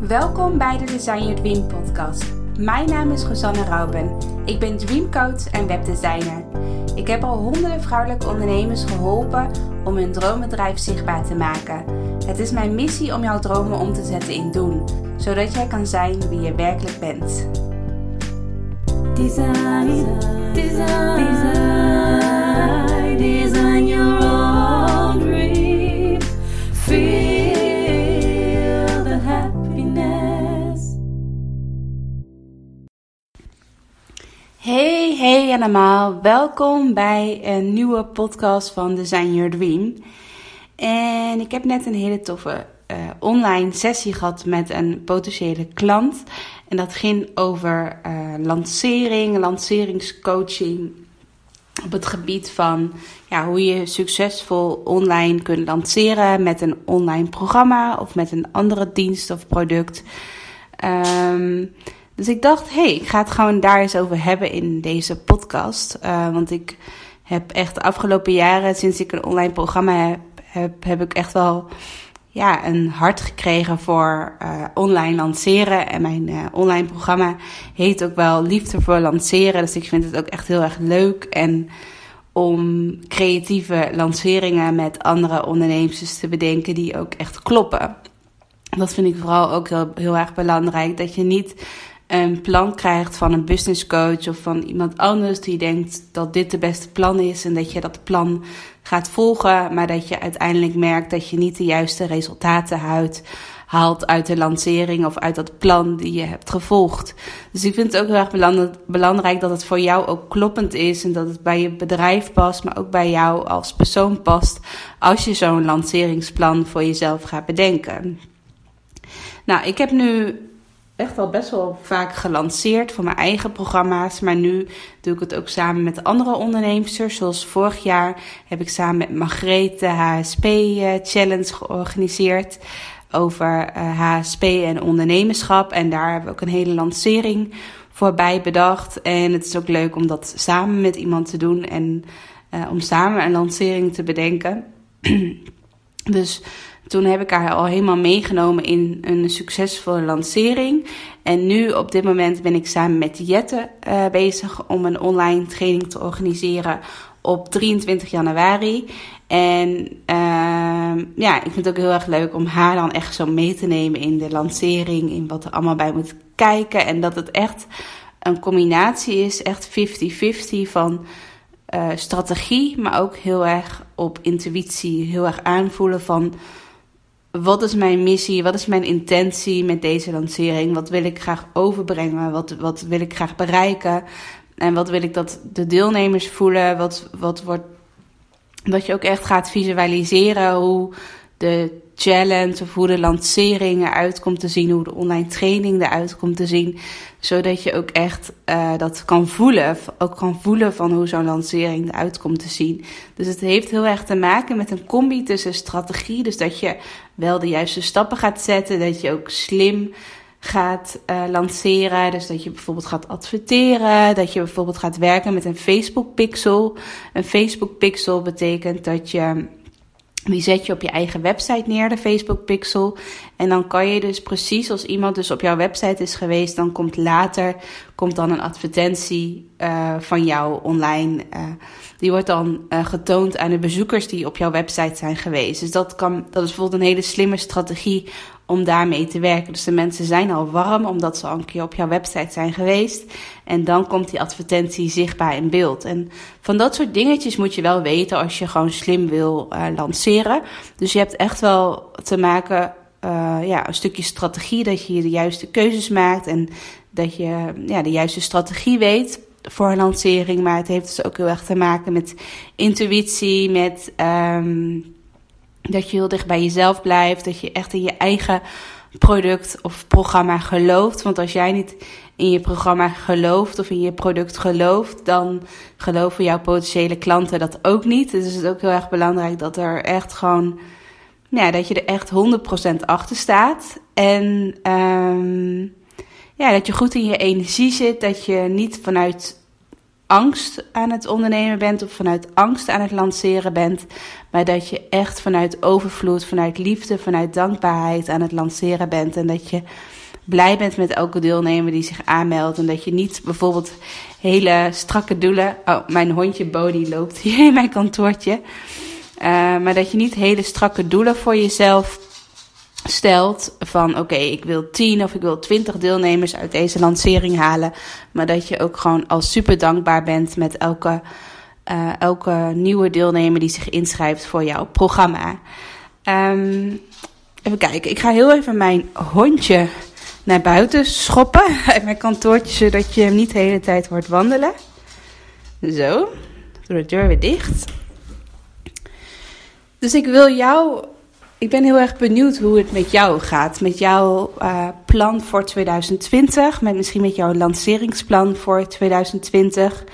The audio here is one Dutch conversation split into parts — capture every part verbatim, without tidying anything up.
Welkom bij de Design Your Dream podcast. Mijn naam is Rosanne Rauben. Ik ben dreamcoach en webdesigner. Ik heb al honderden vrouwelijke ondernemers geholpen om hun droombedrijf zichtbaar te maken. Het is mijn missie om jouw dromen om te zetten in doen, zodat jij kan zijn wie je werkelijk bent. Design, design, design, design your own dream. Feel the happiness. Hey, hey allemaal. Welkom bij een nieuwe podcast van Design Your Dream. En ik heb net een hele toffe uh, online sessie gehad met een potentiële klant. En dat ging over uh, lancering, lanceringscoaching op het gebied van ja, hoe je succesvol online kunt lanceren met een online programma of met een andere dienst of product. Um, dus ik dacht, hé, hey, ik ga het gewoon daar eens over hebben in deze podcast. Uh, want ik heb echt de afgelopen jaren, sinds ik een online programma heb, heb, heb ik echt wel ja, een hart gekregen voor uh, online lanceren. En mijn uh, online programma heet ook wel Liefde voor Lanceren. Dus ik vind het ook echt heel erg leuk. En om creatieve lanceringen met andere ondernemers te bedenken die ook echt kloppen. Dat vind ik vooral ook heel, heel erg belangrijk. Dat je niet een plan krijgt van een business coach of van iemand anders die denkt dat dit de beste plan is en dat je dat plan gaat volgen, maar dat je uiteindelijk merkt dat je niet de juiste resultaten houdt, haalt uit de lancering of uit dat plan die je hebt gevolgd. Dus ik vind het ook heel erg belangrijk dat het voor jou ook kloppend is en dat het bij je bedrijf past, maar ook bij jou als persoon past als je zo'n lanceringsplan voor jezelf gaat bedenken. Nou, ik heb nu echt al best wel vaak gelanceerd voor mijn eigen programma's. Maar nu doe ik het ook samen met andere ondernemers. Zoals vorig jaar heb ik samen met Margreet de H S P Challenge georganiseerd. Over H S P en ondernemerschap. En daar hebben we ook een hele lancering voorbij bedacht. En het is ook leuk om dat samen met iemand te doen. En uh, om samen een lancering te bedenken. Dus toen heb ik haar al helemaal meegenomen in een succesvolle lancering. En nu op dit moment ben ik samen met Jette uh, bezig om een online training te organiseren op drieëntwintig januari. En uh, ja, ik vind het ook heel erg leuk om haar dan echt zo mee te nemen in de lancering. In wat er allemaal bij moet kijken. En dat het echt een combinatie is, echt vijftig vijftig van uh, strategie. Maar ook heel erg op intuïtie, heel erg aanvoelen van wat is mijn missie, wat is mijn intentie met deze lancering? Wat wil ik graag overbrengen? Wat, wat wil ik graag bereiken? En wat wil ik dat de deelnemers voelen? Wat, wat wordt, dat je ook echt gaat visualiseren hoe de challenge of hoe de lancering eruit komt te zien, hoe de online training eruit komt te zien, zodat je ook echt uh, dat kan voelen, ook kan voelen van hoe zo'n lancering eruit komt te zien. Dus het heeft heel erg te maken met een combi tussen strategie, dus dat je wel de juiste stappen gaat zetten, dat je ook slim gaat uh, lanceren, dus dat je bijvoorbeeld gaat adverteren, dat je bijvoorbeeld gaat werken met een Facebook pixel. Een Facebook pixel betekent dat je die zet je op je eigen website neer, de Facebook pixel. En dan kan je dus precies als iemand dus op jouw website is geweest, dan komt later komt dan een advertentie uh, van jou online. Uh, die wordt dan uh, getoond aan de bezoekers die op jouw website zijn geweest. Dus dat, kan, dat is bijvoorbeeld een hele slimme strategie om daarmee te werken. Dus de mensen zijn al warm omdat ze al een keer op jouw website zijn geweest. En dan komt die advertentie zichtbaar in beeld. En van dat soort dingetjes moet je wel weten als je gewoon slim wil uh, lanceren. Dus je hebt echt wel te maken uh, ja, een stukje strategie, dat je de juiste keuzes maakt en dat je ja, de juiste strategie weet voor een lancering. Maar het heeft dus ook heel erg te maken met intuïtie, met Um, dat je heel dicht bij jezelf blijft. Dat je echt in je eigen product of programma gelooft. Want als jij niet in je programma gelooft of in je product gelooft, dan geloven jouw potentiële klanten dat ook niet. Dus het is ook heel erg belangrijk dat er echt gewoon, ja, dat je er echt honderd procent achter staat. En um, ja, dat je goed in je energie zit. Dat je niet vanuit angst aan het ondernemen bent of vanuit angst aan het lanceren bent, maar dat je echt vanuit overvloed, vanuit liefde, vanuit dankbaarheid aan het lanceren bent. En dat je blij bent met elke deelnemer die zich aanmeldt. En dat je niet bijvoorbeeld hele strakke doelen... Oh, mijn hondje Bodhi loopt hier in mijn kantoortje. Uh, maar dat je niet hele strakke doelen voor jezelf stelt. Van oké, okay, ik wil tien of ik wil twintig deelnemers uit deze lancering halen. Maar dat je ook gewoon al super dankbaar bent met elke, uh, elke nieuwe deelnemer die zich inschrijft voor jouw programma. Um, even kijken, ik ga heel even mijn hondje naar buiten schoppen uit mijn kantoortje, zodat je hem niet de hele tijd hoort wandelen. Zo, doe de deur weer dicht. Dus ik wil jou, ik ben heel erg benieuwd hoe het met jou gaat. Met jouw uh, plan voor twintig twintig, met misschien met jouw lanceringsplan voor twintig twintig.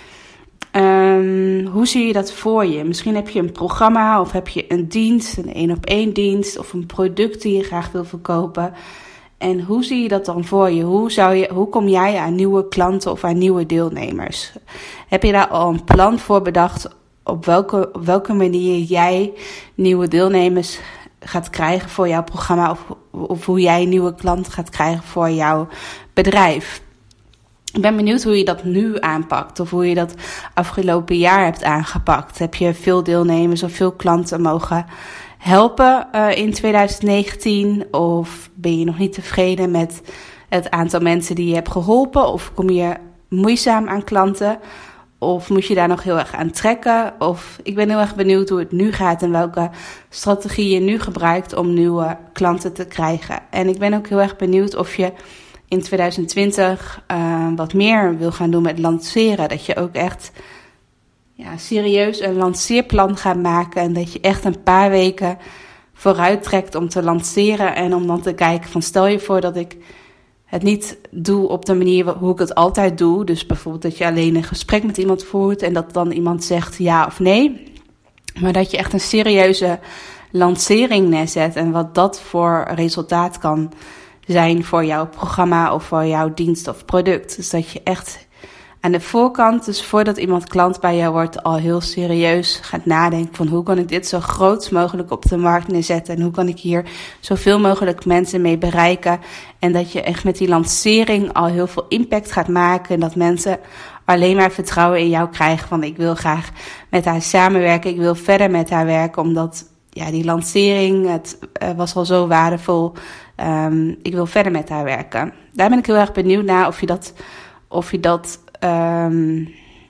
Um, hoe zie je dat voor je? Misschien heb je een programma of heb je een dienst, een één op één dienst of een product die je graag wil verkopen. En hoe zie je dat dan voor je? Hoe, zou je? hoe kom jij aan nieuwe klanten of aan nieuwe deelnemers? Heb je daar al een plan voor bedacht op welke, op welke manier jij nieuwe deelnemers gaat krijgen voor jouw programma of, of hoe jij nieuwe klanten gaat krijgen voor jouw bedrijf? Ik ben benieuwd hoe je dat nu aanpakt of hoe je dat afgelopen jaar hebt aangepakt. Heb je veel deelnemers of veel klanten mogen helpen uh, in twintig negentien? Of ben je nog niet tevreden met het aantal mensen die je hebt geholpen? Of kom je moeizaam aan klanten? Of moet je daar nog heel erg aan trekken? Of ik ben heel erg benieuwd hoe het nu gaat en welke strategie je nu gebruikt om nieuwe klanten te krijgen. En ik ben ook heel erg benieuwd of je in twintig twintig uh, wat meer wil gaan doen met lanceren. Dat je ook echt ja, serieus een lanceerplan gaat maken. En dat je echt een paar weken vooruit trekt om te lanceren. En om dan te kijken van stel je voor dat ik het niet doe op de manier hoe ik het altijd doe. Dus bijvoorbeeld dat je alleen een gesprek met iemand voert en dat dan iemand zegt ja of nee. Maar dat je echt een serieuze lancering neerzet en wat dat voor resultaat kan zijn voor jouw programma of voor jouw dienst of product. Dus dat je echt aan de voorkant, dus voordat iemand klant bij jou wordt, al heel serieus gaat nadenken van hoe kan ik dit zo groot mogelijk op de markt neerzetten en hoe kan ik hier zoveel mogelijk mensen mee bereiken. En dat je echt met die lancering al heel veel impact gaat maken en dat mensen alleen maar vertrouwen in jou krijgen van ik wil graag met haar samenwerken, ik wil verder met haar werken, omdat ja, die lancering, het uh, was al zo waardevol. Um, ik wil verder met haar werken. Daar ben ik heel erg benieuwd naar of je dat, of je dat, um,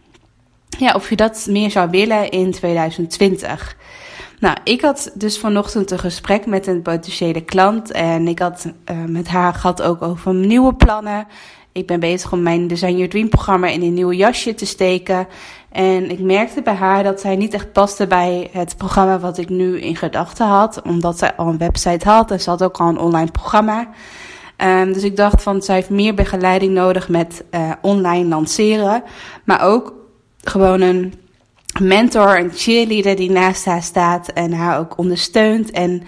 ja, of je dat meer zou willen in twintig twintig. Nou, ik had dus vanochtend een gesprek met een potentiële klant en ik had uh, met haar gehad ook over nieuwe plannen. Ik ben bezig om mijn Design Your Dream programma in een nieuw jasje te steken. En ik merkte bij haar dat zij niet echt paste bij het programma wat ik nu in gedachten had. Omdat zij al een website had en ze had ook al een online programma. Um, dus ik dacht van zij heeft meer begeleiding nodig met uh, online lanceren. Maar ook gewoon een mentor, een cheerleader die naast haar staat en haar ook ondersteunt. En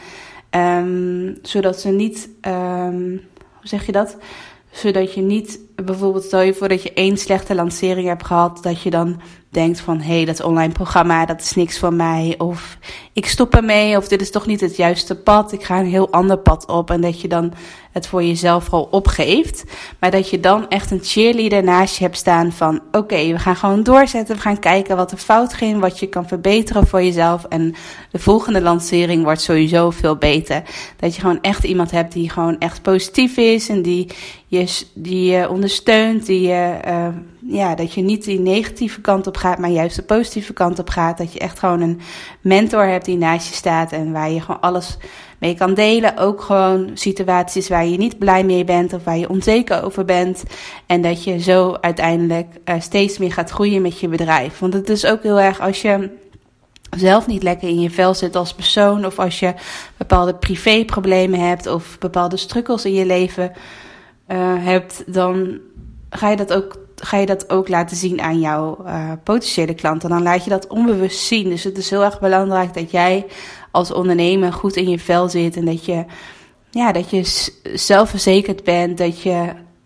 um, zodat ze niet, um, hoe zeg je dat? Zodat je niet, bijvoorbeeld stel je voor dat je één slechte lancering hebt gehad, dat je dan denkt van, hé, hey, dat online programma, dat is niks voor mij. Of ik stop ermee, of dit is toch niet het juiste pad. Ik ga een heel ander pad op. En dat je dan het voor jezelf al opgeeft. Maar dat je dan echt een cheerleader naast je hebt staan van, oké, okay, we gaan gewoon doorzetten. We gaan kijken wat er fout ging, wat je kan verbeteren voor jezelf. En de volgende lancering wordt sowieso veel beter. Dat je gewoon echt iemand hebt die gewoon echt positief is en die je, die je ondersteunt, die je, uh, ja, dat je niet die negatieve kant op gaat, maar juist de positieve kant op gaat. Dat je echt gewoon een mentor hebt die naast je staat en waar je gewoon alles mee kan delen. Ook gewoon situaties waar je niet blij mee bent of waar je onzeker over bent. En dat je zo uiteindelijk uh, steeds meer gaat groeien met je bedrijf. Want het is ook heel erg als je zelf niet lekker in je vel zit als persoon, of als je bepaalde privéproblemen hebt of bepaalde struggles in je leven uh, hebt, dan ga je dat ook ga je dat ook laten zien aan jouw uh, potentiële klanten. Dan laat je dat onbewust zien. Dus het is heel erg belangrijk dat jij als ondernemer goed in je vel zit en dat je, ja, dat je zelfverzekerd bent, dat je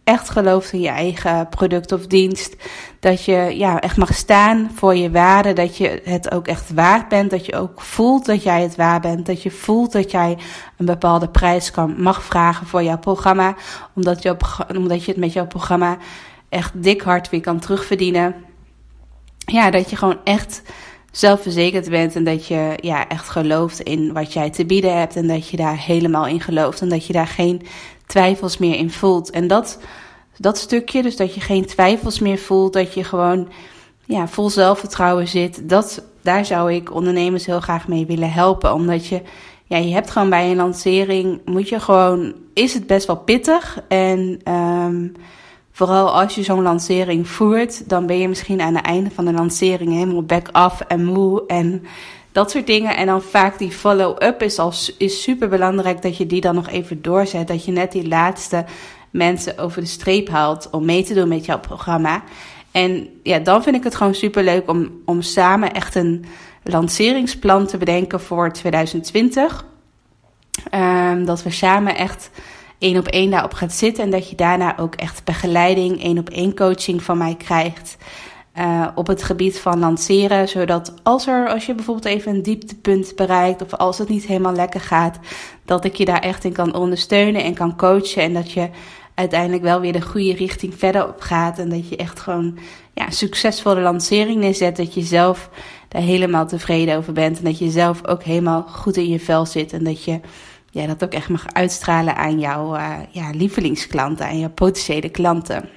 echt gelooft in je eigen product of dienst. Dat je ja, echt mag staan voor je waarde. Dat je het ook echt waard bent. Dat je ook voelt dat jij het waard bent. Dat je voelt dat jij een bepaalde prijs kan, mag vragen voor jouw programma. Omdat je, op, omdat je het met jouw programma echt dik hard weer kan terugverdienen. Ja, dat je gewoon echt zelfverzekerd bent en dat je ja, echt gelooft in wat jij te bieden hebt en dat je daar helemaal in gelooft en dat je daar geen twijfels meer in voelt. En dat, dat stukje, dus dat je geen twijfels meer voelt, dat je gewoon ja, vol zelfvertrouwen zit, dat, daar zou ik ondernemers heel graag mee willen helpen. Omdat je, ja, je hebt gewoon bij een lancering, moet je gewoon, is het best wel pittig en um, vooral als je zo'n lancering voert, dan ben je misschien aan het einde van de lancering helemaal back-off en moe en dat soort dingen. En dan vaak die follow-up is, al, is super belangrijk dat je die dan nog even doorzet. Dat je net die laatste mensen over de streep haalt om mee te doen met jouw programma. En ja, dan vind ik het gewoon super leuk om, om samen echt een lanceringsplan te bedenken voor twintig twintig. Um, dat we samen echt één op één daarop gaat zitten. En dat je daarna ook echt begeleiding, één op één coaching van mij krijgt. Uh, op het gebied van lanceren. Zodat als, er, als je bijvoorbeeld even een dieptepunt bereikt. Of als het niet helemaal lekker gaat. Dat ik je daar echt in kan ondersteunen en kan coachen. En dat je uiteindelijk wel weer de goede richting verder op gaat. En dat je echt gewoon ja, een succesvolle lancering neerzet. Dat je zelf daar helemaal tevreden over bent. En dat je zelf ook helemaal goed in je vel zit. En dat je ja, dat ook echt mag uitstralen aan jouw uh, ja, lievelingsklanten. Aan jouw potentiële klanten.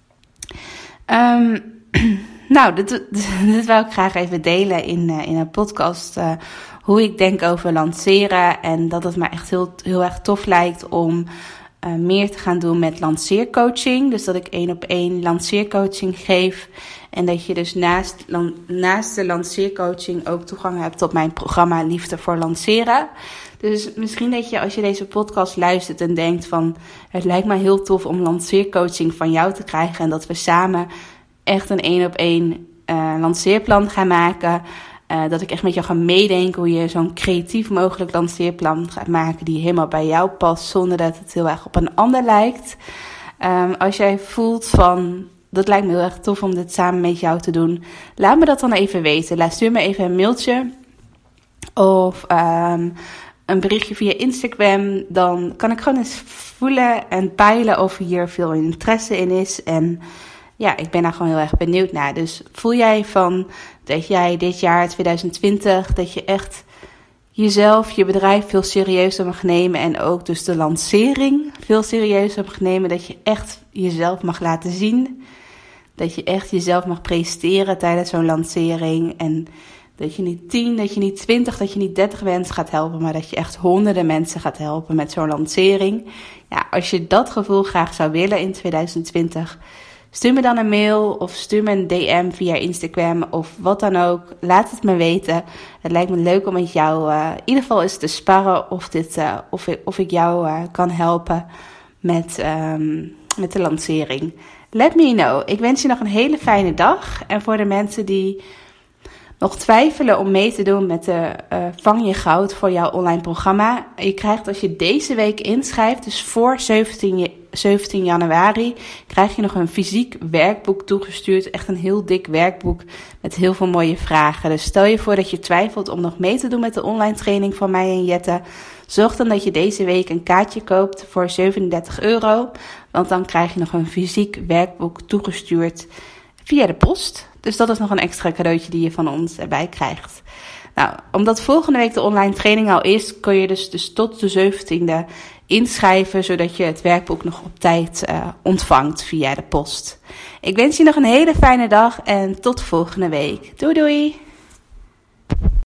Um, nou, dit, dit, dit wil ik graag even delen in, uh, in een podcast. Uh, hoe ik denk over lanceren. En dat het me echt heel, heel erg tof lijkt om Uh, meer te gaan doen met lanceercoaching. Dus dat ik één op één lanceercoaching geef. En dat je dus naast, lan, naast de lanceercoaching ook toegang hebt tot mijn programma Liefde voor Lanceren. Dus misschien dat je als je deze podcast luistert en denkt van het lijkt me heel tof om lanceercoaching van jou te krijgen. En dat we samen echt een één op één uh, lanceerplan gaan maken. Uh, dat ik echt met jou ga meedenken hoe je zo'n creatief mogelijk lanceerplan gaat maken die helemaal bij jou past, zonder dat het heel erg op een ander lijkt. Um, als jij voelt van, dat lijkt me heel erg tof om dit samen met jou te doen, laat me dat dan even weten. Laat, stuur me even een mailtje of um, een berichtje via Instagram. Dan kan ik gewoon eens voelen en peilen of hier veel interesse in is. En ja, ik ben daar gewoon heel erg benieuwd naar. Dus voel jij van dat jij dit jaar twintig twintig, dat je echt jezelf, je bedrijf veel serieuzer mag nemen. En ook dus de lancering veel serieuzer mag nemen. Dat je echt jezelf mag laten zien. Dat je echt jezelf mag presenteren tijdens zo'n lancering. En dat je niet tien, dat je niet twintig, dat je niet dertig mensen gaat helpen. Maar dat je echt honderden mensen gaat helpen met zo'n lancering. Ja, als je dat gevoel graag zou willen in twintig twintig... stuur me dan een mail of stuur me een D M via Instagram of wat dan ook. Laat het me weten. Het lijkt me leuk om met jou uh, in ieder geval eens te sparren of, dit, uh, of, ik, of ik jou uh, kan helpen met, um, met de lancering. Let me know. Ik wens je nog een hele fijne dag. En voor de mensen die nog twijfelen om mee te doen met de uh, Vang je Goud voor jouw online programma. Je krijgt als je deze week inschrijft, dus voor zeventien januari, krijg je nog een fysiek werkboek toegestuurd. Echt een heel dik werkboek met heel veel mooie vragen. Dus stel je voor dat je twijfelt om nog mee te doen met de online training van mij en Jette. Zorg dan dat je deze week een kaartje koopt voor zevenendertig euro. Want dan krijg je nog een fysiek werkboek toegestuurd via de post. Dus dat is nog een extra cadeautje die je van ons erbij krijgt. Nou, omdat volgende week de online training al is, kun je dus, dus tot de zeventiende inschrijven, zodat je het werkboek nog op tijd uh, ontvangt via de post. Ik wens je nog een hele fijne dag en tot volgende week. Doei doei!